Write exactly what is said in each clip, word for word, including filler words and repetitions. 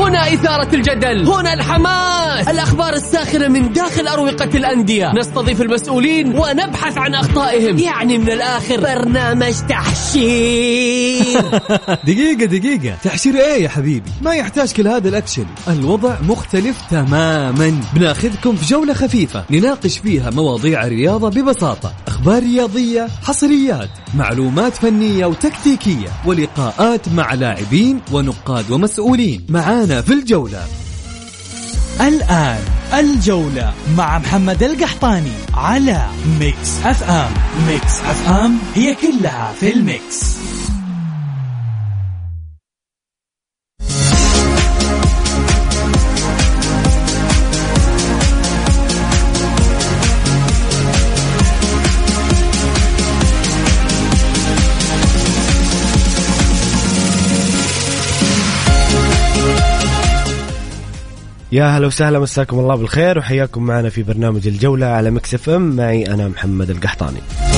هنا إثارة الجدل، هنا الحماس، الأخبار الساخرة من داخل أروقة الأندية، نستضيف المسؤولين ونبحث عن أخطائهم. يعني من الآخر برنامج تحشير. دقيقة دقيقة، تحشير إيه يا حبيبي؟ ما يحتاج كل هذا الأكشن. الوضع مختلف تماما. بناخذكم في جولة خفيفة نناقش فيها مواضيع الرياضة ببساطة، أخبار رياضية، حصريات، معلومات فنية وتكتيكية، ولقاءات مع لاعبين ونقاد ومسؤولين. معانا في الجولة. الآن الجولة مع محمد القحطاني على ميكس أف أم. ميكس أف أم هي كلها في الميكس. يا هلا وسهلا، مساكم الله بالخير وحياكم معنا في برنامج الجولة على ميكس اف ام. معي أنا محمد القحطاني.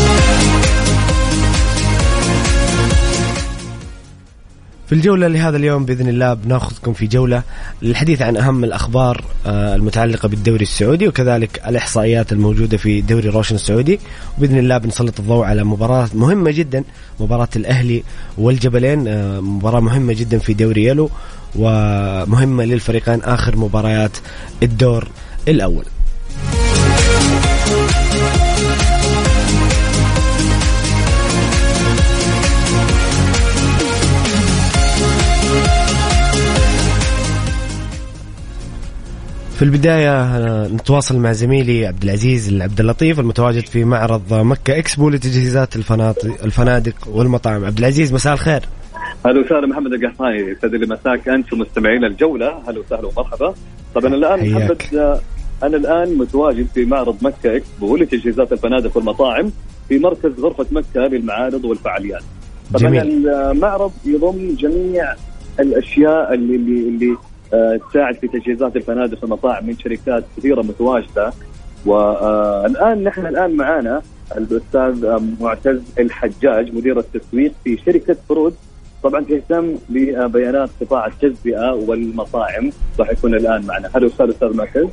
في الجولة لهذا اليوم بإذن الله بناخذكم في جولة للحديث عن أهم الأخبار المتعلقة بالدوري السعودي، وكذلك الإحصائيات الموجودة في دوري روشن السعودي. وبإذن الله بنسلط الضوء على مباراة مهمة جدا، مباراة الأهلي والجبلين، مباراة مهمة جدا في دوري يلو ومهمة للفريقين، آخر مباريات الدور الأول. في البداية نتواصل مع زميلي عبد العزيز عبد اللطيف المتواجد في معرض مكة إكسبو لتجهيزات الفنادق والمطاعم. عبد العزيز مساء الخير. هلا وسهلا محمد القحطاني، يسعد لي مساك أنت ومستمعين الجولة. هلا وسهلا ومرحبا. طبعا الآن محمد أنا الآن متواجد في معرض مكة إكسبو لتجهيزات الفنادق والمطاعم في مركز غرفة مكة للمعارض والفعاليات. طبعا جميل. المعرض يضم جميع الأشياء اللي اللي, اللي آه تساعد في تجهيزات الفنادق والمطاعم من شركات كثيرة متواجدة. والآن نحن الآن معنا الأستاذ معتز الحجاج مدير التسويق في شركة فرود، طبعا تهتم ببيانات قطاع التجزئة والمطاعم. راح يكون الآن معنا. هلا وسهلا أستاذ معتز.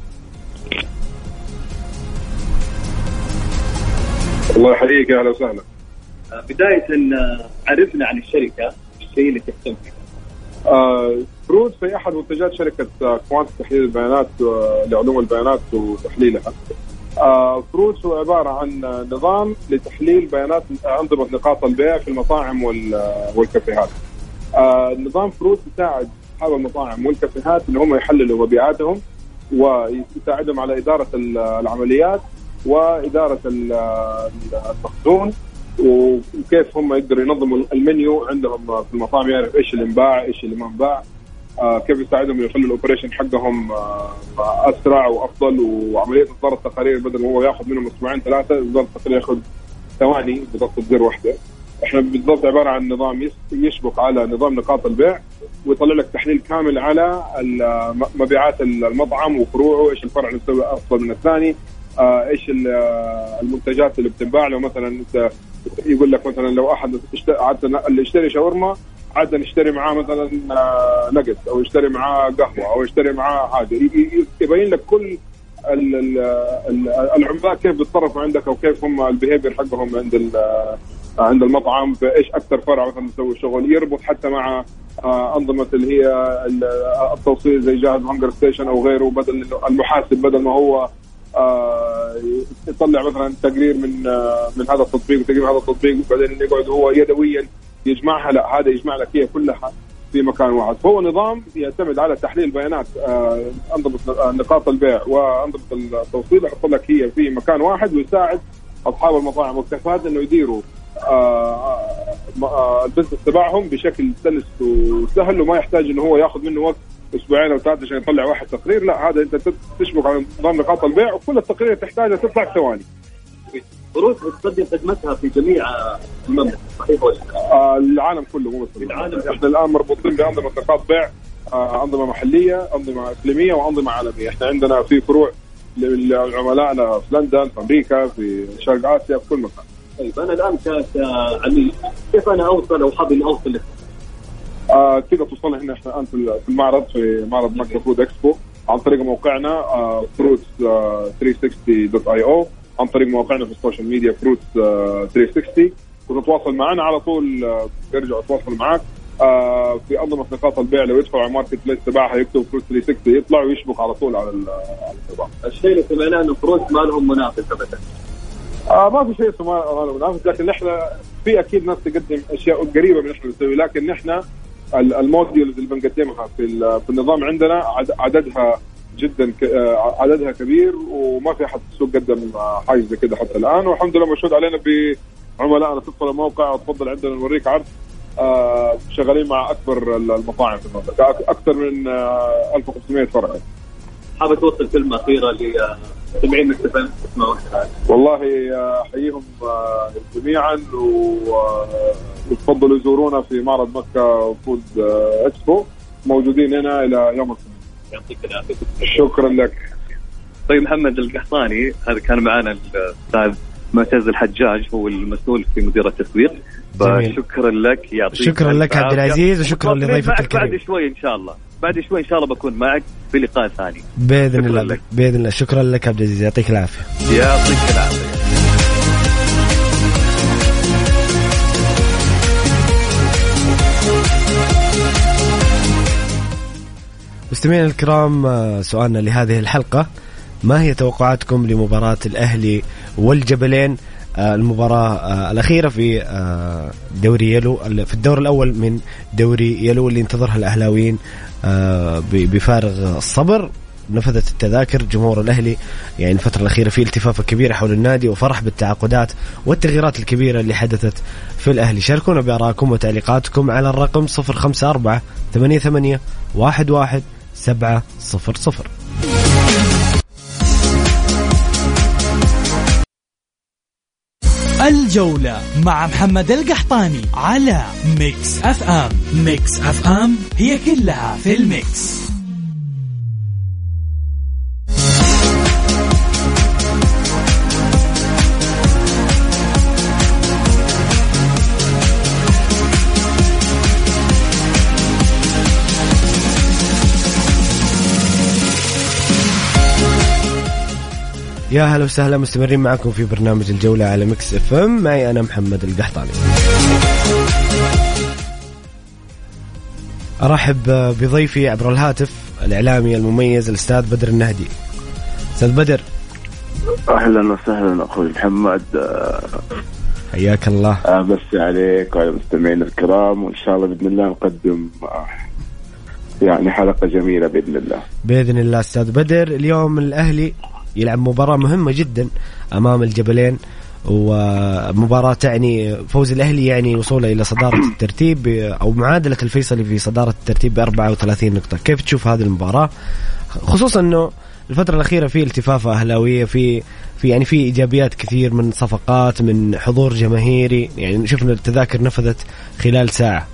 الله يحييك. أهلا وسهلا. بداية عرفنا عن الشركة، الشيء اللي تهتم فيه. آه فرود في أحد منتجات شركة كوانت تحليل البيانات لعلوم البيانات وتحليلها. آه فروز هو عبارة عن نظام لتحليل بيانات أنظمة نقاط البيع في المطاعم والكافيهات. آه نظام فروز يساعد أصحاب المطاعم والكافيهات إن هم يحللوا مبيعاتهم ويساعدهم على إدارة العمليات وإدارة المخزون، وكيف هم يقدروا ينظموا المنيو عندهم في المطاعم، يعرف إيش اللي انباع إيش اللي ما انباع، آه كيف يساعدهم يخلوا الأوبريشن حقهم آه أسرع وأفضل، وعملية إصدار التقارير بدل ما هو يأخذ منهم أسبوعين ثلاثة إصدار التقارير يأخذ ثواني بضغطة زر واحدة. إحنا بالضبط عبارة عن نظام يشبك على نظام نقاط البيع ويطلع لك تحليل كامل على مبيعات المطعم وفروعه، إيش الفرع اللي يسوي أفضل من الثاني، آه إيش المنتجات اللي بتنباع له. مثلا يقول لك مثلا لو أحد اللي يشتري شاورما عادة نشتري معاه مثلا نجت أو يشتري معاه قهوة أو يشتري معاه حاجة، يبين لك كل العملاء كيف بيتصرفوا عندك أو كيف هم البيهيفير حقهم عند عند المطعم، فإيش أكثر فرع مثلا يسوي شغل، يربط حتى مع أنظمة اللي هي التوصيل زي جهاز هانجر ستيشن أو غيره، بدل المحاسب بدل ما هو يطلع مثلا تقرير من من هذا التطبيق وتقرير هذا التطبيق وبعدين يقعد هو يدويا يجمعها، لا هذا يجمع لك هي كلها في مكان واحد. فهو نظام يعتمد على تحليل بيانات أنظمة نقاط البيع وأنظمة التوصيل، يحط لك هي في مكان واحد ويساعد أصحاب المطاعم والكافيهات إنه يديروا البزنس تبعهم بشكل سلس وسهل، وما يحتاج إنه هو يأخذ منه وقت أسبوعين أو ثلاثة عشان يطلع واحد تقرير. لا هذا أنت تشبك على نظام نقاط البيع وكل التقرير تحتاجها تطلع ثواني. فروز بتقدم خدمتها في جميع المملكة صحيح ولا؟ آه العالم كله مو بس العالم. احنا الآن مربوطين بأنظمة نقاط بيع، آه أنظمة محلية، أنظمة إقليمية وأنظمة عالمية. احنا عندنا في فروع لعملائنا في لندن، في أمريكا، في شرق آسيا، في كل مكان. طيب أنا الآن كعميل كيف أنا أوصل أو حابب أوصل لك؟ آه تقدر توصلنا هنا احنا الان في المعرض في معرض مكة فود اكسبو عن طريق موقعنا آه فروتس ثلاثمية وستين دوت اي او، عن طريق موقعنا في السوشيال ميديا فروتس آه ثلاثمية وستين، وتتواصل معنا على طول آه بيرجعوا يتواصلوا معك آه في أنظمة نقاط البيع. لو يدخل على الماركت بليس تبعها يكتب فروتس ثلاثمية وستين يطلع ويشبك على طول على النظام. الشيء اللي سمعناه انه فروتس ما لهم منافس ابدا. آه ما في شيء اسمه ما لهم منافس، لكن احنا في اكيد ناس تقدم اشياء قريبه من احنا نسوي، لكن احنا الموديولز اللي بنقدمها في في النظام عندنا عددها جدا عددها كبير، وما في احد في السوق قدم حاجه زي كده حتى الان، والحمد لله مشهود علينا بعملائنا. تدخل الموقع وتفضل عندنا نوريك عرض. آه شغالين مع اكبر المطاعم في المنطقه، اكثر من آه ألف وخمسمية فرع. حابب توصل كلمه اخيره لسمعين مكتفين اسمعوا؟ والله احييهم جميعا وتفضلوا يزورونا في معرض مكة فود اكسبو، موجودين هنا الى يوم الخميس. يعطيك العافيه. شكرا لك. طيب محمد القحطاني هذا كان معنا الاستاذ معتز الحجاج، هو المسؤول في مديرية التسويق. شكرا لك. يعطيك شكرا لك عبد العزيز، وشكرا لضيفك الكريم. بعد شوي ان شاء الله بعد شوي ان شاء الله بكون معك في لقاء ثاني باذن الله لك. باذن الله. شكرا لك عبد العزيز، يعطيك العافيه. يعطيك العافيه. مستمعينا الكرام، سؤالنا لهذه الحلقه: ما هي توقعاتكم لمباراة الأهلي والجبلين المباراة الأخيرة في دوري يلو، في الدور الأول من دوري يلو اللي انتظرها الأهلاويين بفارغ الصبر؟ نفذت التذاكر، جمهور الأهلي يعني الفترة الأخيرة في التفافة كبيرة حول النادي وفرح بالتعاقدات والتغييرات الكبيرة اللي حدثت في الأهلي. شاركونا بآرائكم وتعليقاتكم على الرقم صفر خمسة أربعة ثمانية ثمانية واحد واحد سبعة صفر صفر. الجولة مع محمد القحطاني على ميكس اف ام. ميكس اف ام هي كلها في الميكس. يا هلا وسهلا، مستمرين معكم في برنامج الجولة على ميكس اف ام، معي أنا محمد القحطاني. أرحب بضيفي عبر الهاتف الإعلامي المميز الأستاذ بدر النهدي. أستاذ بدر، أهلا وسهلا أخوي محمد، حياك الله. بس عليك وعلى المستمعين الكرام، وإن شاء الله بإذن الله نقدم يعني حلقة جميلة بإذن الله. بإذن الله. أستاذ بدر، اليوم الأهلي يلعب مباراة مهمة جدا أمام الجبلين، ومباراة تعني فوز الأهلي يعني وصوله إلى صدارة الترتيب أو معادلة الفيصلي في صدارة الترتيب بأربعة وثلاثين نقطة. كيف تشوف هذه المباراة، خصوصا أنه الفترة الأخيرة في التفافة أهلاوية، في في يعني في إيجابيات كثير من صفقات، من حضور جماهيري، يعني شفنا التذاكر نفذت خلال ساعة.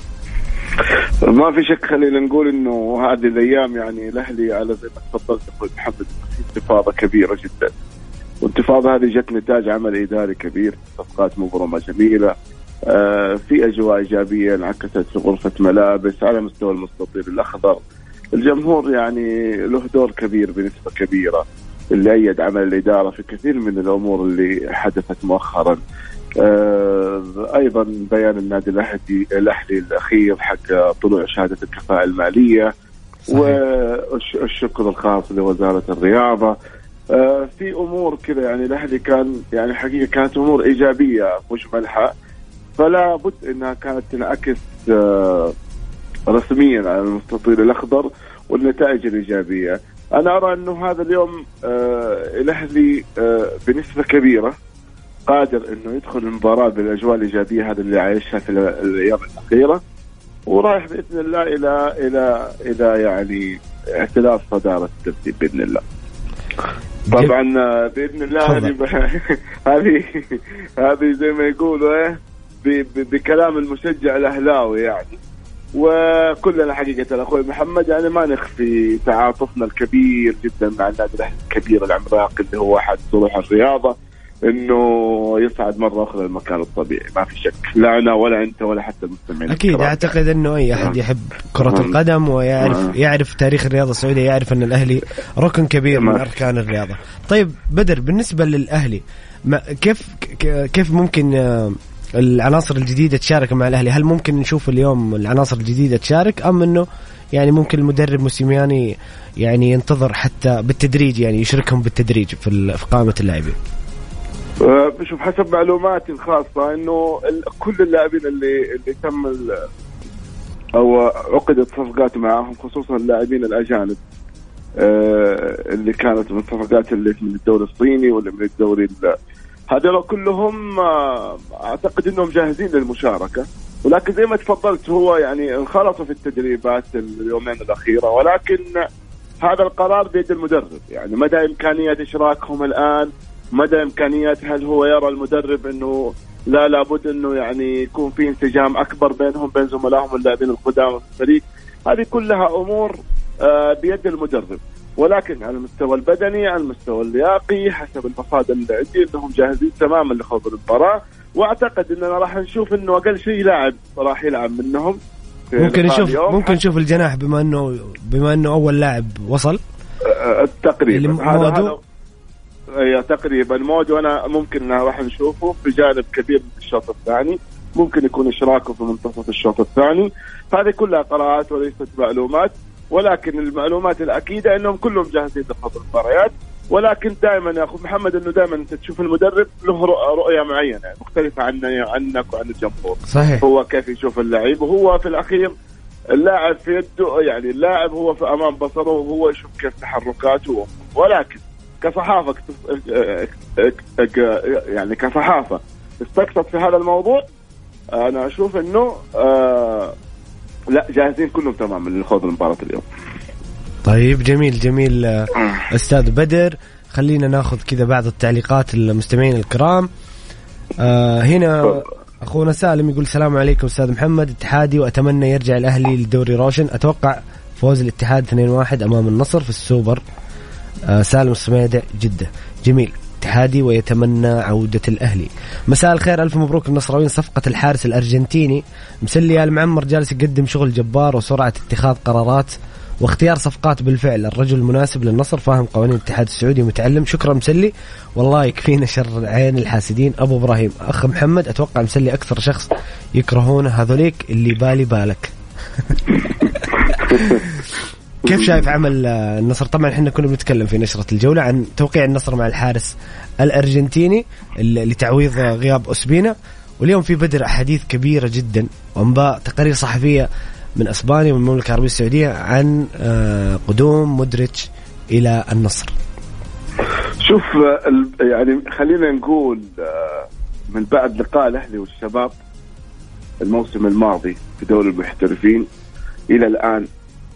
ما في شك، خلينا نقول انه هذه الايام يعني الاهلي على زي ما تفضلت اخوي محمد في انتفاضه كبيره جدا، والانتفاضه هذه جت نتاج عمل اداري كبير، صفقات مبرمه جميله، آه في اجواء ايجابيه انعكست في غرفه ملابس على مستوى المستطيل الاخضر. الجمهور يعني له دور كبير بنسبه كبيره اللي ايد عمل الاداره في كثير من الامور اللي حدثت مؤخرا. آه أيضا بيان النادي الأهلي الأهلي الأخير حق طلوع شهادة الكفاءة المالية، والشكر الخاص لوزارة الرياضة. آه في أمور كذا يعني الأهلي كان يعني حقيقة كانت أمور إيجابية مجملها، فلا بد أنها كانت تنعكس آه رسميا على المستطيل الأخضر والنتائج الإيجابية. أنا أرى أنه هذا اليوم آه الأهلي آه بنسبة كبيرة قادر انه يدخل المباراه بالاجواء الايجابيه هذا اللي عايشها في الايام الاخيره، ورايح باذن الله الى الى الى يعني اعتلاف صداره الترتيب باذن الله. طبعا باذن الله هذه هذه هذه زي ما يقولوا ايه بكلام المشجع الاهلاوي يعني، وكلنا حقيقه اخوي محمد يعني ما نخفي تعاطفنا الكبير جدا مع النادي الاهلي الكبير العملاق اللي هو احد صروح الرياضه، انه يصعد مره اخرى للمكان الطبيعي، ما في شك، لا انا ولا انت ولا حتى المستمعين. اكيد الكرام. اعتقد انه اي احد يحب كره القدم ويعرف يعرف تاريخ الرياضه السعوديه يعرف ان الاهلي ركن كبير من اركان الرياضه. طيب بدر، بالنسبه للاهلي كيف كيف ممكن العناصر الجديده تشارك مع الاهلي؟ هل ممكن نشوف اليوم العناصر الجديده تشارك ام انه يعني ممكن المدرب موسيماني يعني ينتظر حتى بالتدريج، يعني يشاركهم بالتدريج في قائمه اللاعبين؟ بشوف حسب معلوماتي الخاصة إنه كل اللاعبين اللي اللي تم أو عقدت صفقات معهم، خصوصا اللاعبين الأجانب اللي كانت من صفقات اللي من الدوري الصيني ولا من الدوري هذول كلهم أعتقد إنهم جاهزين للمشاركة، ولكن زي ما تفضلت هو يعني انخرطوا في التدريبات اليومين الأخيرة، ولكن هذا القرار بيد المدرب. يعني مدى إمكانية إشراكهم الآن، مدى إمكانيات، هل هو يرى المدرب أنه لا لابد أنه يعني يكون في انسجام أكبر بينهم بين زملائهم اللاعبين القدامى في الفريق، هذه كلها أمور بيد المدرب. ولكن على المستوى البدني، على المستوى اللياقي، حسب المصادر اللي عندي أنهم جاهزين تماما لخوض المباراة، وأعتقد أننا راح نشوف أنه أقل شيء لاعب راح يلعب منهم. ممكن نشوف ممكن نشوف الجناح بما أنه بما أنه أول لاعب وصل تقريبا هذا هي تقريبا مود، وانا ممكن راح نشوفه في جانب كبير من الشوط الثاني، ممكن يكون اشراكه في منتصف الشوط الثاني. هذه كلها قراءات وليست معلومات، ولكن المعلومات الاكيده انهم كلهم جاهزين لخوض المباريات. ولكن دائما يا اخو محمد انه دائما انت تشوف المدرب له رؤيه معينه يعني مختلفه عننا عنك وعن الجمهور. صحيح. هو كيف يشوف اللاعب، وهو في الاخير اللاعب في يده، يعني اللاعب هو في امام بصره وهو يشوف كيف تحركاته. ولكن كصحافة يعني كصحافة استقصت في هذا الموضوع، أنا أشوف إنه آه لا جاهزين كلهم تماما للخوض المباراة اليوم. طيب جميل جميل أستاذ بدر، خلينا ناخذ كذا بعض التعليقات المستمعين الكرام. آه هنا أخونا سالم يقول السلام عليكم أستاذ محمد، اتحادي وأتمنى يرجع الأهلي للدوري روشن، أتوقع فوز الاتحاد اثنين واحد أمام النصر في السوبر. آه سالم الصميدع جدة. جميل، اتحادي ويتمنى عودة الأهلي. مساء الخير، ألف مبروك النصراويين صفقة الحارس الأرجنتيني، مسلي آل معمر جالس يقدم شغل جبار وسرعة اتخاذ قرارات واختيار صفقات، بالفعل الرجل المناسب للنصر، فاهم قوانين الاتحاد السعودي ومتعلم. شكرا مسلي، والله يكفينا شر عين الحاسدين. أبو إبراهيم، أخ محمد أتوقع مسلي أكثر شخص يكرهونه هذوليك اللي بالي بالك. كيف شايف عمل النصر؟ طبعا احنا كنا بنتكلم في نشرة الجولة عن توقيع النصر مع الحارس الأرجنتيني لتعويض غياب أسبينا، واليوم في بدر أحاديث كبيرة جدا وأنباء تقارير صحفية من أسبانيا ومن المملكة العربية السعودية عن قدوم مودريتش إلى النصر. شوف يعني خلينا نقول من بعد لقاء الأهلي والشباب الموسم الماضي في دوري المحترفين إلى الآن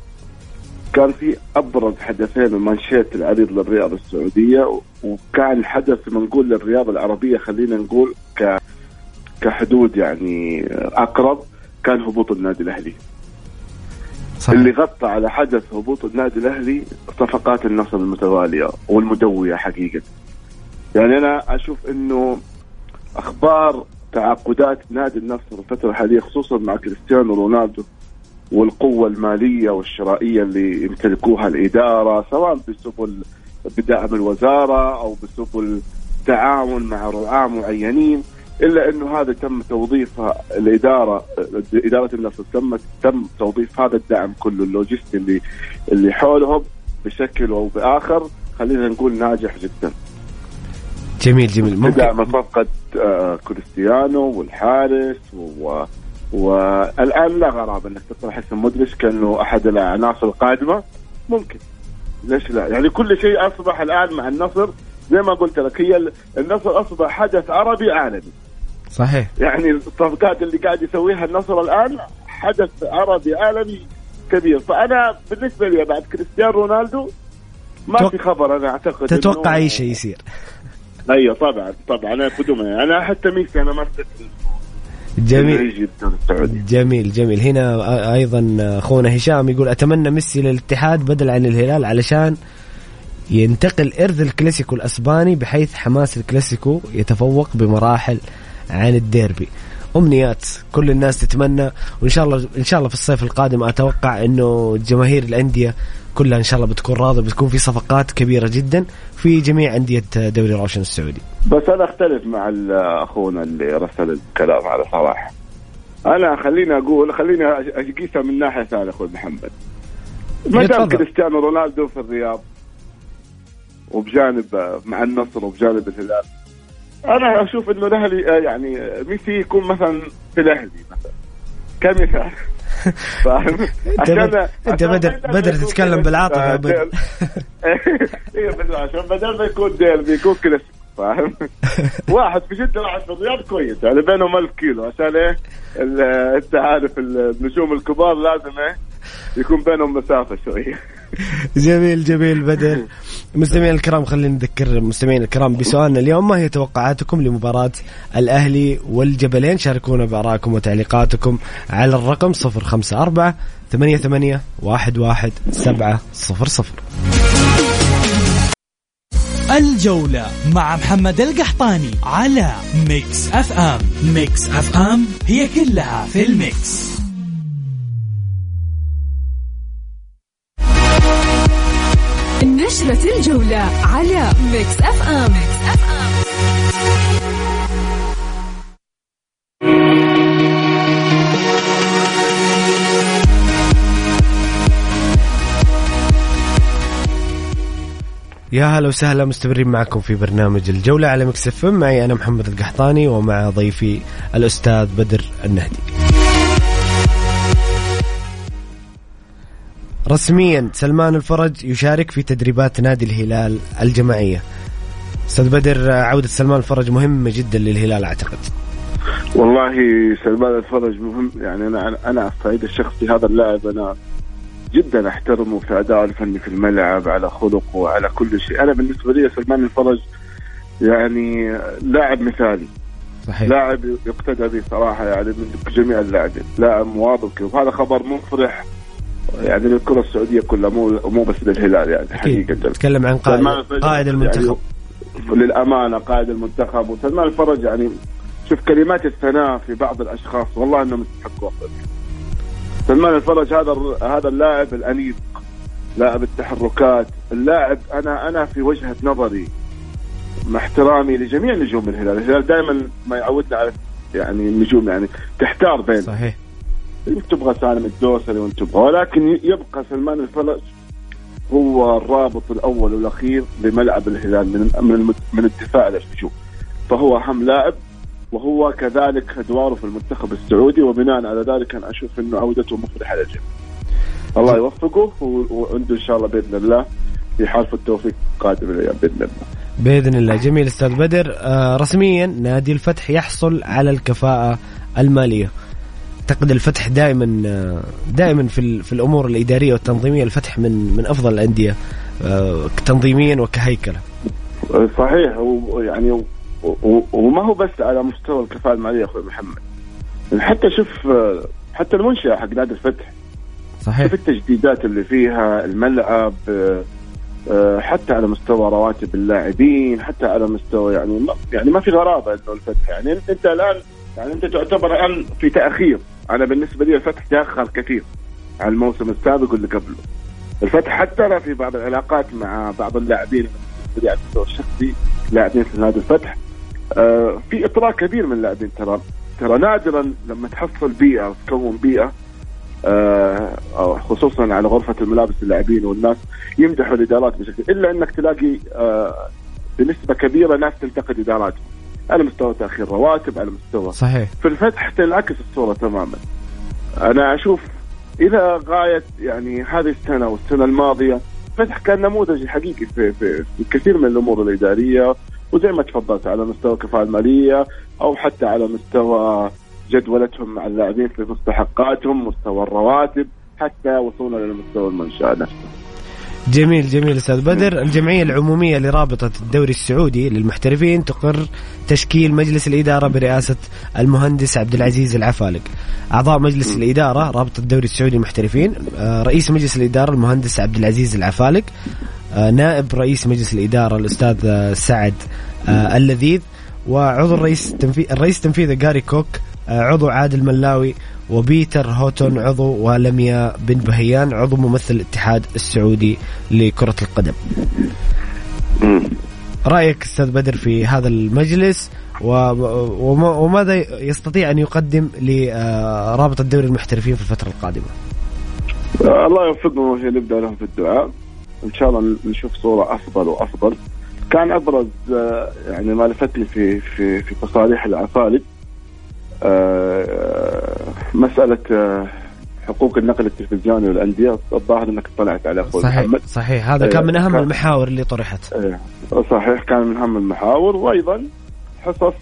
كان في أبرز حدثين ومانشيت العريض للرياضة السعودية، وكان حدث نقول للرياضة العربية خلينا نقول ك كحدود يعني أقرب، كان هبوط النادي الأهلي. صحيح. اللي غطى على حدث هبوط النادي الأهلي صفقات النصر المتوالية والمدوية حقيقة. يعني أنا أشوف إنه أخبار تعاقدات نادي النصر الفترة الحالية خصوصا مع كريستيانو رونالدو والقوة المالية والشرائية اللي يمتلكوها الإدارة، سواء بسبب بدعم الوزارة أو بسبب التعاون مع رعاة معينين، إلا أنه هذا تم توظيفها الإدارة إدارة النصر تم تم توظيف هذا الدعم كله اللوجستي اللي اللي حولهم بشكل أو بآخر خلينا نقول ناجح جدا. جميل جميل. ممكن صفقة آه كريستيانو والحارس و والآن لا غرابة أنك تطرح اسم مودريتش كأنه أحد العناصر القادمة، ممكن ليش لا؟ يعني كل شيء أصبح الآن مع النصر زي ما قلت لك، هي النصر أصبح حدث عربي عالمي. صحيح. يعني الصفقات اللي قاعد يسويها النصر الآن حدث عربي عالمي كبير. فأنا بالنسبة لي بعد كريستيانو رونالدو ما توق... في خبر أنا أعتقد تتوقع أي شيء يصير. أيوة طبعا طبعا أنا قدومه، أنا حتى ميسي أنا ما استثني. جميل جميل جميل. هنا أيضا أخونا هشام يقول أتمنى ميسي للاتحاد بدل عن الهلال علشان ينتقل إرث الكلاسيكو الأسباني بحيث حماس الكلاسيكو يتفوق بمراحل عن الديربي. أمنيات كل الناس تتمنى، وإن شاء الله إن شاء الله في الصيف القادم أتوقع إنه جماهير الأندية كلها إن شاء الله بتكون راضية، بتكون في صفقات كبيرة جدا في جميع أندية دوري روشن السعودي. بس أنا أختلف مع أخونا اللي رسل الكلام على صراحة. أنا خليني أقول خليني أقيسها من ناحية ثانية أخوي محمد. ما دام كريستيانو رونالدو في الرياض وبجانب مع النصر وبجانب الهلال، أنا أشوف إنه الأهلي يعني ميسي يكون مثلا في الأهلي مثلا كمثال. فاهم؟ عشان أنت بدر بدر تتكلم بالعاطفة. بدر إيه بدر عشان بدل ما يكون ديل بيكون كلاسيكو. فاهم؟ واحد في جدة واحد في الرياض كويس يعني بينهم ألف كيلو، عشان إيه أنت عارف النجوم الكبار لازم إيه يكون بينهم مسافة شوية. جميل جميل بدر. مستمعين الكرام، خلينا نذكر مستمعين الكرام بسؤالنا اليوم: ما هي توقعاتكم لمباراة الأهلي والجبلين؟ شاركونا بآرائكم وتعليقاتكم على الرقم صفر خمسة أربعة ثمانية ثمانية واحد واحد سبعة صفر صفر. الجولة مع محمد القحطاني على ميكس أف أم. ميكس أف أم هي كلها في الميكس. نشرة الجولة على ميكس أف أم. يا هلا وسهلا، مستمرين معكم في برنامج الجولة على ميكس أف أم. معي أنا محمد القحطاني ومع ضيفي الأستاذ بدر النهدي. رسميا سلمان الفرج يشارك في تدريبات نادي الهلال الجماعية. أستاذ بدر، عودة سلمان الفرج مهمة جدا للهلال أعتقد. والله سلمان الفرج مهم، يعني أنا أنا الصعيد الشخصي هذا اللاعب أنا جدا أحترمه في أداءه الفني في الملعب، على خلقه، على كل شيء. أنا بالنسبة لي سلمان الفرج يعني لاعب مثالي. صحيح. لاعب يقتدى به صراحة يعني من جميع اللاعبين، لاعب مواظب، وهذا خبر مفرح يعني للكرة السعودية كلها، مو مو بس للهلال يعني. حقيقة تكلم عن قائد قائد المنتخب يعني للأمانة، قائد المنتخب. وسلمان الفرج يعني شوف كلمات الثناء في بعض الأشخاص والله إنهم يستحقوا. سلمان الفرج هذا هذا اللاعب الأنيق، لاعب التحركات، اللاعب أنا أنا في وجهة نظري مع احترامي لجميع نجوم الهلال. الهلال دائما ما يعودنا على يعني النجوم يعني تحتار بين صحيح انت تبغى سالم الدوسري وانت تبغى، ولكن يبقى سلمان الفرج هو الرابط الاول والاخير لملعب الهلال من من من الدفاع للهجوم. فهو اهم لاعب، وهو كذلك ادواره في المنتخب السعودي، وبناء على ذلك انا اشوف انه عودته مفرحه للجميع. الله يوفقه، وعنده ان شاء الله باذن الله في حالة التوفيق قادم الايام باذن الله. باذن الله. جميل استاذ بدر. آه رسميا نادي الفتح يحصل على الكفاءة المالية. أعتقد الفتح دائما دائما في في الأمور الإدارية والتنظيمية، الفتح من من أفضل الأندية تنظيميا وكهيكلة. صحيح. ويعني وما هو بس على مستوى الكفاءة المالية أخوي محمد، حتى شوف حتى المنشأة حق نادي الفتح. صحيح. شوف التجديدات اللي فيها، الملعب، حتى على مستوى رواتب اللاعبين، حتى على مستوى يعني يعني ما في غرابة إنه الفتح يعني أنت الآن يعني أنت تعتبر الآن في تأخير. أنا بالنسبة لي الفتح تأخر كثير عن الموسم السابق واللي قبله. الفتح حتى أنا في بعض العلاقات مع بعض اللاعبين على المستوى الشخصي، لاعبين في نادي الفتح، آه في إطراء كبير من اللاعبين. ترى ترى نادرا لما تحصل بيئة وتكون بيئة آه خصوصا على غرفة الملابس اللاعبين والناس يمدحوا الإدارات بشكل، إلا أنك تلاقي آه بنسبة كبيرة ناس تنتقد إداراتهم على مستوى تأخير رواتب، على مستوى. صحيح. في الفتح تنعكس الصورة تماما. أنا أشوف إذا غاية يعني هذه السنة والسنة الماضية الفتح كان نموذج حقيقي في, في, في كثير من الأمور الإدارية، وزي ما تفضلت على مستوى الكفاءة المالية أو حتى على مستوى جدولتهم مع اللاعبين في مستحقاتهم، مستوى الرواتب، حتى وصولا للمستوى المنشأة نفسه. جميل جميل أستاذ بدر. الجمعية العمومية لرابطة الدوري السعودي للمحترفين تقر تشكيل مجلس الإدارة برئاسة المهندس عبد العزيز العفالق. أعضاء مجلس الإدارة رابطة الدوري السعودي للمحترفين، رئيس مجلس الإدارة المهندس عبد العزيز العفالق، نائب رئيس مجلس الإدارة الأستاذ سعد اللذيذ، وعضو الرئيس التنفيذي الرئيس التنفيذي جاري كوك، عضو عادل ملاوي، وبيتر هوتون عضو، ولميا بن بهيان عضو ممثل الاتحاد السعودي لكرة القدم. رأيك أستاذ بدر في هذا المجلس وماذا يستطيع أن يقدم لرابطة دوري المحترفين في الفترة القادمة؟ الله يوفقهم ونبدأ لهم في الدعاء، إن شاء الله نشوف صورة أفضل وأفضل. كان أبرز يعني ما لفت لي في في في تصاريح العفالي مسألة حقوق النقل التلفزيوني والأندية. الظاهر أنك اطلعت على أخوي صحيح محمد. صحيح هذا كان من أهم المحاور اللي طرحت. صحيح كان من أهم المحاور، وأيضا حصص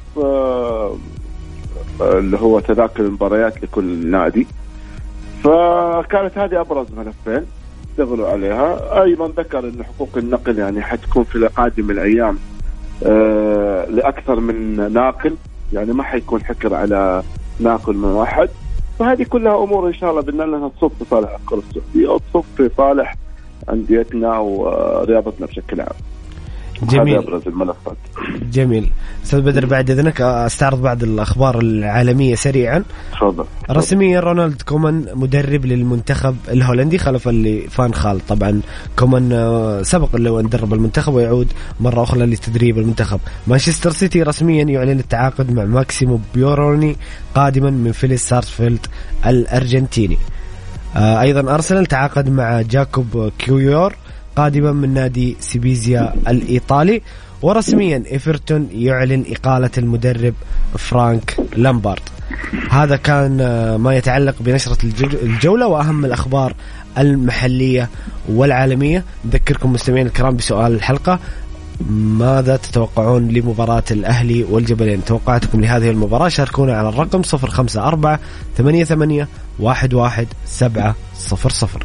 اللي هو تذاكر المباريات لكل نادي. فكانت هذه أبرز ملفين اشتغلوا عليها. أيضا ذكر أن حقوق النقل يعني حتكون في قادم الأيام لأكثر من ناقل، يعني ما حيكون حكر على ناقل من واحد. فهذه كلها أمور إن شاء الله بأن لها تصب في صالح الكرة السعودية وتصب في صالح أنديتنا ورياضتنا بشكل عام. جميل. هذا أبرز الملفات. جميل. أستاذ بدر بعد إذنك أستعرض بعض الأخبار العالمية سريعا. تفضل. رسميا رونالد كومان مدرب للمنتخب الهولندي خلفا لفان خال. طبعا كومان سبق له أن درب المنتخب ويعود مرة أخرى لتدريب المنتخب. مانشستر سيتي رسميا يعلن التعاقد مع ماكسيمو بيوروني قادما من فيليس سارسفيلد الأرجنتيني. أيضا أرسنال تعاقد مع جاكوب كيويور قادما من نادي سيبيزيا الإيطالي. ورسميا إيفرتون يعلن إقالة المدرب فرانك لامبارد. هذا كان ما يتعلق بنشرة الجولة وأهم الأخبار المحلية والعالمية. نذكركم مستمعين الكرام بسؤال الحلقة: ماذا تتوقعون لمباراة الأهلي والجبلين؟ توقعاتكم لهذه المباراة شاركونا على الرقم صفر خمسة أربعة ثمانية ثمانية واحد واحد سبعة صفر صفر.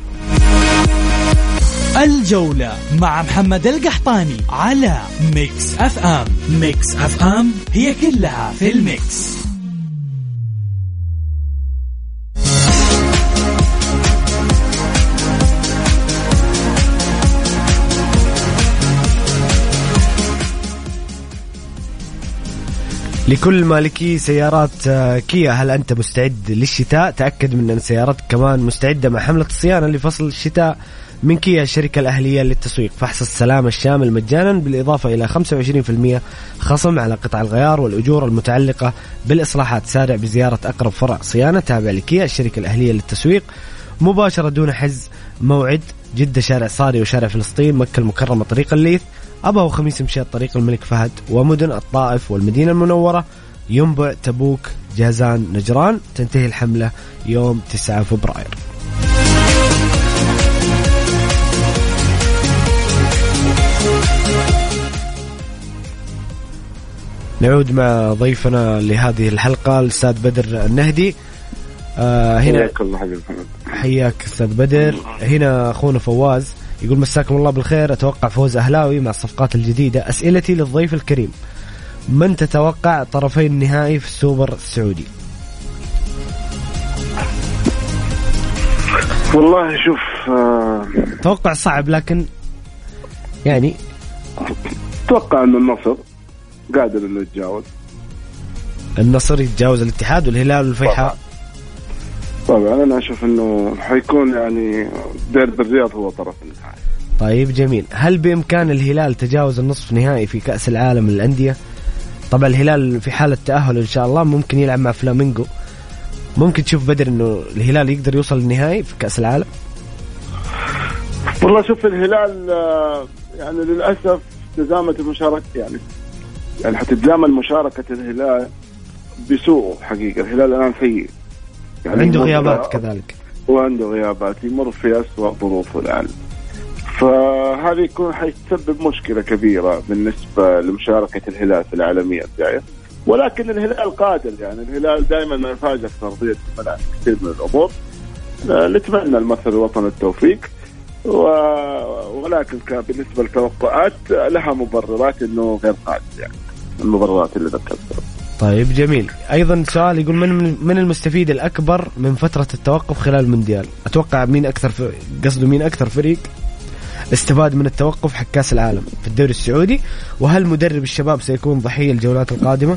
الجولة مع محمد القحطاني على ميكس أف أم. ميكس أف أم هي كلها في الميكس. لكل مالكي سيارات كيا، هل أنت مستعد للشتاء؟ تأكد من أن سيارتك كمان مستعدة مع حملة الصيانة لفصل الشتاء من كيا، الشركة الأهلية للتسويق. فحص السلامة الشامل مجانا بالإضافة إلى خمسة وعشرين بالمئة خصم على قطع الغيار والأجور المتعلقة بالإصلاحات. سارع بزيارة أقرب فرع صيانة تابع لكيا، الشركة الأهلية للتسويق مباشرة دون حجز موعد. جدة شارع صاري وشارع فلسطين، مكة المكرمة طريق الليث، أبا وخميس مشيط طريق الملك فهد، ومدن الطائف والمدينة المنورة، ينبع، تبوك، جازان، نجران. تنتهي الحملة يوم تسعة فبراير. نعود مع ضيفنا لهذه الحلقة الأستاذ بدر النهدي. آه هنا حياك أستاذ بدر. هنا أخونا فواز يقول: مساكم الله بالخير، أتوقع فوز أهلاوي مع الصفقات الجديدة. أسئلتي للضيف الكريم: من تتوقع طرفي النهائي في السوبر السعودي؟ والله شوف آه توقع صعب، لكن يعني أتوقع أن النصر قادر إنه يتجاوز. النصر يتجاوز الاتحاد والهلال والفيحاء. طبعا أنا أشوف إنه حيكون يعني ديربي الرياض هو طرف النهائي. طيب جميل. هل بإمكان الهلال تجاوز النصف نهائي في كأس العالم للأندية؟ طبعا الهلال في حالة تأهل إن شاء الله ممكن يلعب مع فلامينغو. ممكن تشوف بدر إنه الهلال يقدر يوصل للنهائي في كأس العالم؟ والله شوف الهلال يعني للأسف تزامت المشاركة، يعني يعني حتتزامن مشاركة الهلال بسوء حقيقة. الهلال الآن سيء، يعني عنده غيابات كذلك، وعنده غيابات، يمر في أسوأ ظروفه الآن. فهذا يكون حيسبب مشكلة كبيرة بالنسبة لمشاركة الهلال في العالمية الجاية. ولكن الهلال قادر، يعني الهلال دائما ما يفاجئ في أرضية الملعب كثير من الأمور. نتمنى الممثل الوطني التوفيق، ولكن بالنسبة للتوقعات لها مبررات إنه غير قادر، يعني المبررات اللي ذكرتها. طيب جميل. أيضا سؤال يقول: من من المستفيد الأكبر من فترة التوقف خلال المونديال؟ أتوقع مين أكثر، قصده مين أكثر فريق استفاد من التوقف حق كأس العالم في الدوري السعودي؟ وهل مدرب الشباب سيكون ضحية الجولات القادمة؟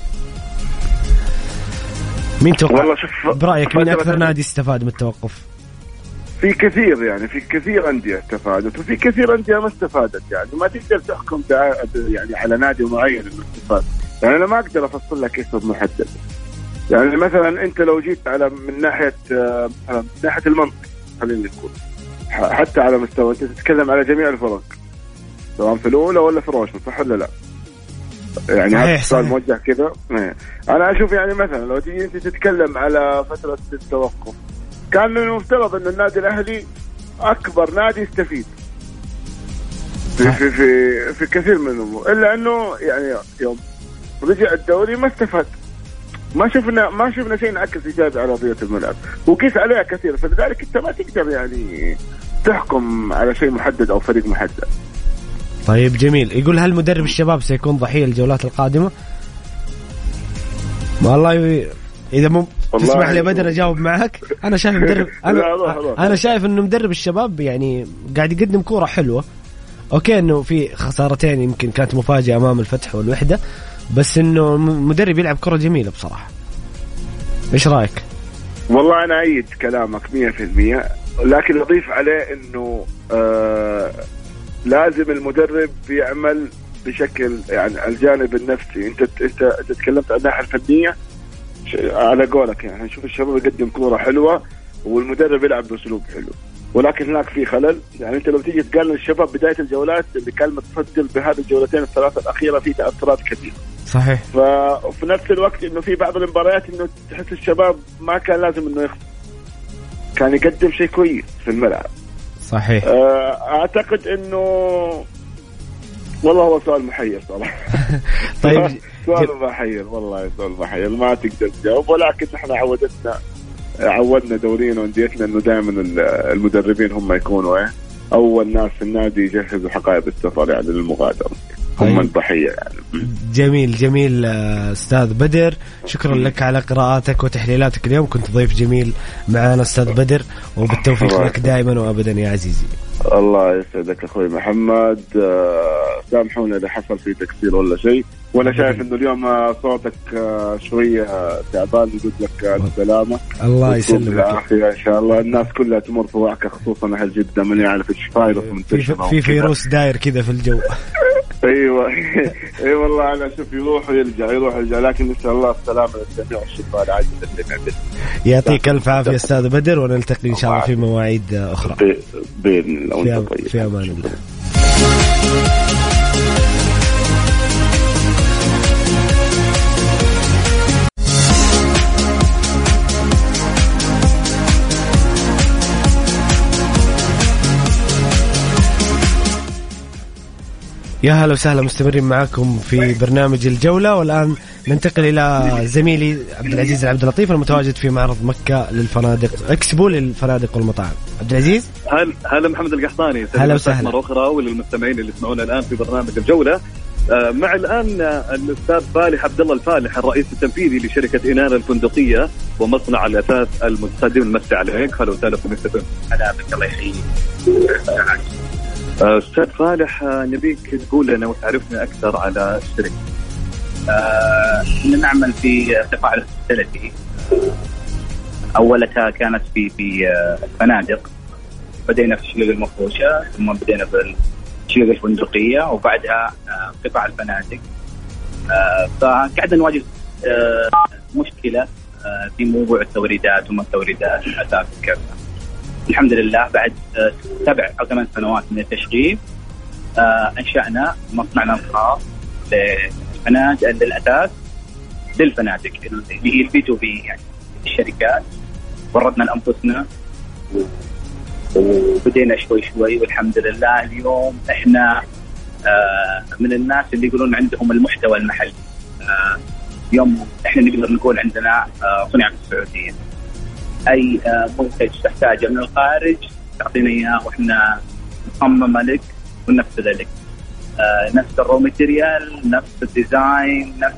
مين توقع برأيك مين أكثر نادي استفاد من التوقف؟ في كثير يعني في كثير أندية استفادت وفي كثير أندية ما استفادت، يعني ما تقدر تحكم يعني على نادي معين إنه استفاد. يعني أنا ما أقدر أفصل لك اسم محدد. يعني مثلا أنت لو جيت على من ناحية من ناحية المنطق خلينا نقول حتى على مستوى أنت تتكلم على جميع الفرق سواء في الأولى ولا في الروشن، صح ولا لا؟ يعني هذا السؤال موجه كذا. أنا أشوف يعني مثلا لو تيجي أنت تتكلم على فترة التوقف كان من المفترض أن النادي الأهلي أكبر نادي يستفيد في في في, في كثير من الأمور، إلا أنه يعني يوم رجع الدوري ما استفاد، ما شفنا ما شفنا شيء انعكس إيجابي على أرضية الملعب وقيس عليها كثير. فلذلك أنت ما تقدر يعني تحكم على شيء محدد أو فريق محدد. طيب جميل. يقول هل مدرب الشباب سيكون ضحية الجولات القادمة؟ والله إذا مم تسمح لي بدر أجاوب معك. أنا شايف مدرب أنا, أنا شايف إنه مدرب الشباب يعني قاعد يقدم كورة حلوة. أوكي إنه في خسارتين يمكن كانت مفاجأة أمام الفتح والوحدة، بس إنه مدرب يلعب كرة جميلة بصراحة. إيش رأيك؟ والله أنا أيد كلامك مية في المية، لكن أضيف عليه إنه آه لازم المدرب يعمل بشكل يعني الجانب النفسي. أنت أنت أنت تكلمت عن الناحية الفنية على قولك، يعني نشوف الشباب يقدم كورة حلوة والمدرب يلعب بأسلوب حلو، ولكن هناك في خلل. يعني أنت لو تيجي تقارن الشباب بداية الجولات اللي كان متفضل بهذه الجولتين الثلاثة الأخيرة في تأثيرات كثيرة. صحيح. ففي نفس الوقت إنه في بعض المباريات إنه تحس الشباب ما كان لازم إنه يخسر، كان يقدم شيء كويس في الملعب. صحيح. أعتقد إنه والله هو سؤال محير صراحة. طيب سؤال محير والله، سؤال محير ما تقدر تجاوب، ولكن احنا عودتنا عودنا دورينا وانديتنا انه دائما المدربين هم يكونوا ايه اول ناس في النادي يجهزوا حقائب السفر يعني للمغادرة، هم الضحية يعني. جميل جميل أستاذ بدر، شكرا لك على قراءاتك وتحليلاتك اليوم، كنت ضيف جميل معنا أستاذ بدر، وبالتوفيق لك دائما وأبدا يا عزيزي. الله يسعدك أخوي محمد. سامحونا إذا حصل في تكسير ولا شيء، وأنا شايف إنه اليوم صوتك شوية تعبان، يقول لك السلامة. الله يسلمك إن شاء الله. الناس كلها تمر في وعكة، خصوصا أهل جدة من يعرف إيش فايروس منتشر في فيروس داير كذا في الجو. ايوه اي والله انا اشوف يروح ويرجع يروح ويرجع، لكن نسال الله السلامه للجميع والشفاء العاجل للجميع. يعطيك الف عافيه استاذ بدر، ونلتقي ان شاء الله في مواعيد اخرى باذن الله. في, في امان الله. يا هلا وسهلا، مستمرين معاكم في برنامج الجولة، والآن ننتقل إلى زميلي عبد العزيز العبد اللطيف المتواجد في معرض مكة للفنادق، اكسبو للفنادق والمطاعم. عبد العزيز هلا هلا محمد القحطاني، هلا وسهلا مرة أخرى، وللمستمعين اللي يسمعونا الآن في برنامج الجولة. مع الآن الأستاذ فالح عبد الله الفالح، الرئيس التنفيذي لشركة إنارة الفندقية ومصنع الأثاث المتقدم. المسي عليك. هلا وسهلا فيك. هلا بك، الله يحييك. أستاذ فالح، نبيك تقول لنا وتعرفنا أكثر على الشركة. آه، نعمل في قطاع الهوسبيتاليتي. أولتها كانت في في فنادق، بدينا في الشقق المفروشة، ثم بدينا في الشقق الفندقية، وبعدها قطاع الفنادق. آه، فقعدنا نواجه آه، مشكلة آه، في موضوع التوريدات وما التوريدات الأساس كذا. الحمد لله بعد سبع أو ثمان سنوات من التشغيل آه أنشأنا مصنعنا الخاص للفنادق للأساس للفنادق اللي هي البي تو بي، يعني الشركات. وردنا لأنفسنا وبدينا شوي شوي، والحمد لله اليوم إحنا آه من الناس اللي يقولون عندهم المحتوى المحلي. آه يوم إحنا نقدر نقول عندنا آه صنع في السعودية. أي منتج تحتاجه من الخارج تعطينا إياه وإحنا نصممه لك وننفذه لك. آه نفس الرو ماتيريال، نفس الديزاين، نفس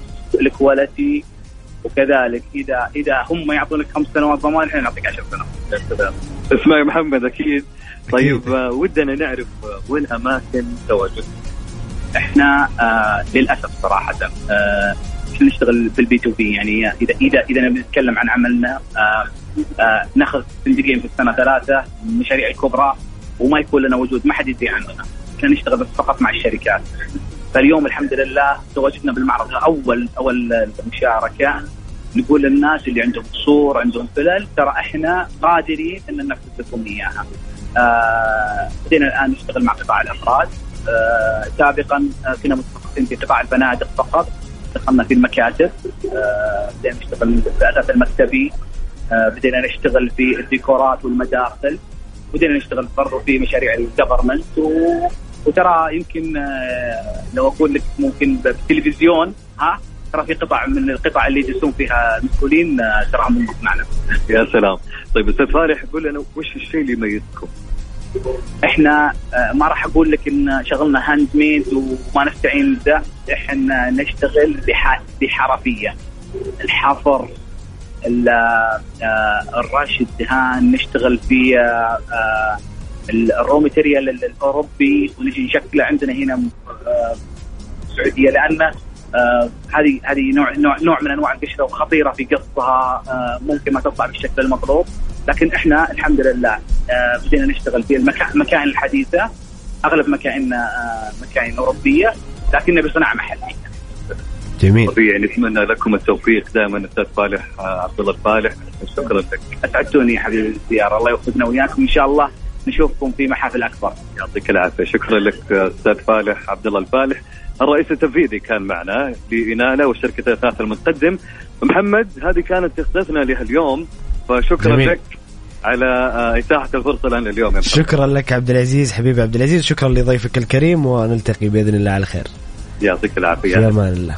الكواليتي. وكذلك إذا إذا هم يعطونك خمس سنوات ضمان، إحنا نعطيك عشر سنوات. اسمعي محمد أكيد. طيب آه ودنا نعرف وين أماكن تواجد. إحنا آه للأسف صراحة آه نشتغل بالبي تو بي، يعني إذا إذا إذا نتكلم عن عملنا آه آه ناخذ فندقين في السنة ثلاثة مشاريع الكبرى وما يكون لنا وجود، ما حد يدري عننا، احنا نشتغل بس فقط مع الشركات. فاليوم الحمد لله تواجدنا بالمعرض أول أول مشاركة نقول للناس اللي عندهم قصور عندهم فلل ترى احنا قادرين ان ننفذ لكم اياها. آه بدينا الان نشتغل مع قطاع الافراد. آه سابقا كنا متخصصين في قطاع الفنادق فقط، دخلنا في المكاتب. آه بدينا نشتغل بالاساس المكتبي. آه بدينا نشتغل في الديكورات والمداخل، بدينا نشتغل برضو في مشاريع الجفرمنت و... وترى يمكن آه لو اقول لك ممكن بالتلفزيون ها ترى في قطع من القطع اللي يجلسون فيها المسؤولين ترى هم معنا. يا سلام. طيب استاذ فالح قول لنا وش الشيء اللي يميزكم؟ احنا ما راح اقول لك ان شغلنا هاند ميد وما نستعين بده، احنا نشتغل بحرفيه، الحفر، الرش، الدهان، نشتغل في الرو ماتيريال الاوروبي ونجي نشكله عندنا هنا في السعوديه، لان هذه آه هذه نوع نوع نوع من انواع القشره وخطيره في قصها. آه ممكن ما تطلع بالشكل المطلوب، لكن احنا الحمد لله آه بدينا نشتغل في المكائن الحديثه. اغلب مكائننا آه مكائن اوروبيه لكننا بصناعه محليه. جميل. طبيعي نتمنى لكم التوفيق دائما استاذ فالح عبد الله الفالح. شكرا لك. اسعدتوني حبيبي الزياره، الله يوفقنا وياكم ان شاء الله نشوفكم في محافل اكبر. يعطيك العافيه. شكرا لك استاذ فالح عبد الله الفالح الرئيس التنفيذي كان معنا لإنالة والشركة الأثاث المتقدم. محمد هذه كانت تخصصنا لها اليوم، فشكرا جميل. لك على إتاحة الفرصة لنا اليوم. يا شكرا لك عبد العزيز حبيبي عبد العزيز، شكرا لضيفك الكريم ونلتقي بإذن الله على خير. يعطيك العافية. في أمان الله.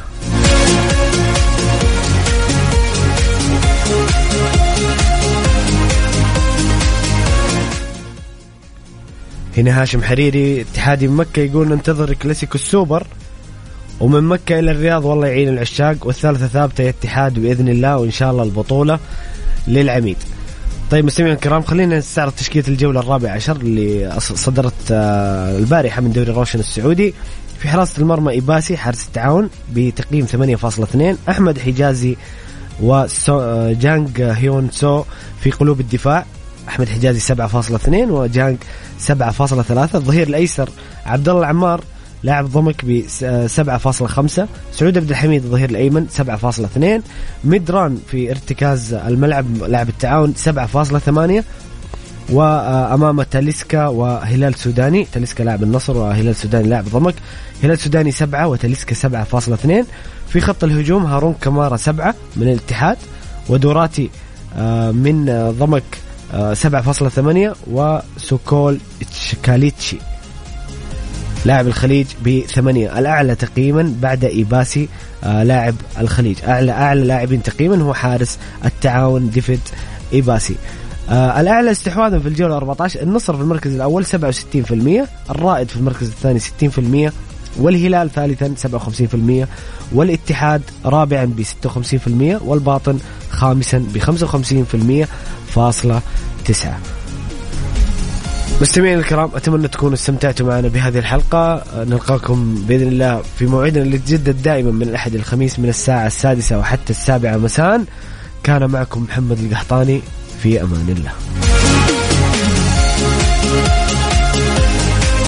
هنا هاشم حريري اتحادي من مكة يقول ننتظر كلاسيكو السوبر، ومن مكة إلى الرياض والله يعين العشاق، والثالثة ثابتة يا اتحاد بإذن الله، وإن شاء الله البطولة للعميد. طيب مستمعين الكرام خلينا نستعرض تشكيلة الجولة الرابعة عشر اللي صدرت البارحة من دوري روشن السعودي. في حراسة المرمى إباسي حارس التعاون بتقييم ثمانية فاصلة اثنين، أحمد حجازي وجانج هيون سو في قلوب الدفاع، أحمد حجازي سبعة فاصلة اثنين وجانج سبعة فاصلة ثلاثة. الظهير الأيسر عبد الله العمار لاعب ضمك ب سبعة فاصلة خمسة، سعود عبد الحميد الظهير الأيمن سبعة فاصلة اثنين، ميدران في ارتكاز الملعب لاعب التعاون سبعة فاصلة ثمانية، وأمام تاليسكا وهلال سوداني، تاليسكا لاعب النصر وهلال سوداني لاعب ضمك، هلال سوداني سبعة وتاليسكا سبعة فاصلة اثنين. في خط الهجوم هارون كمارا سبعة من الاتحاد، ودوراتي من ضمك سبعة فاصلة ثمانية، وسوكول تشكاليتشي لاعب الخليج بثمانية. الأعلى تقييما بعد إيباسي لاعب الخليج، أعلى أعلى لاعبين تقييما هو حارس التعاون ديفيد إيباسي. الأعلى استحواذا في الجولة أربعة عشر النصر في المركز الأول سبعة وستين بالمئة، الرائد في المركز الثاني ستين بالمئة، والهلال ثالثا سبعة وخمسين بالمئة، والاتحاد رابعا ب ستة وخمسين بالمئة، والباطن خامسا ب خمسة وخمسين بالمئة فاصلة تسعة. مستمعين الكرام أتمنى تكونوا استمتعتوا معنا بهذه الحلقة. نلقاكم بإذن الله في موعدنا اللي يتجدد دائما من الأحد الخميس من الساعة السادسة وحتى السابعة مساء. كان معكم محمد القحطاني، في أمان الله.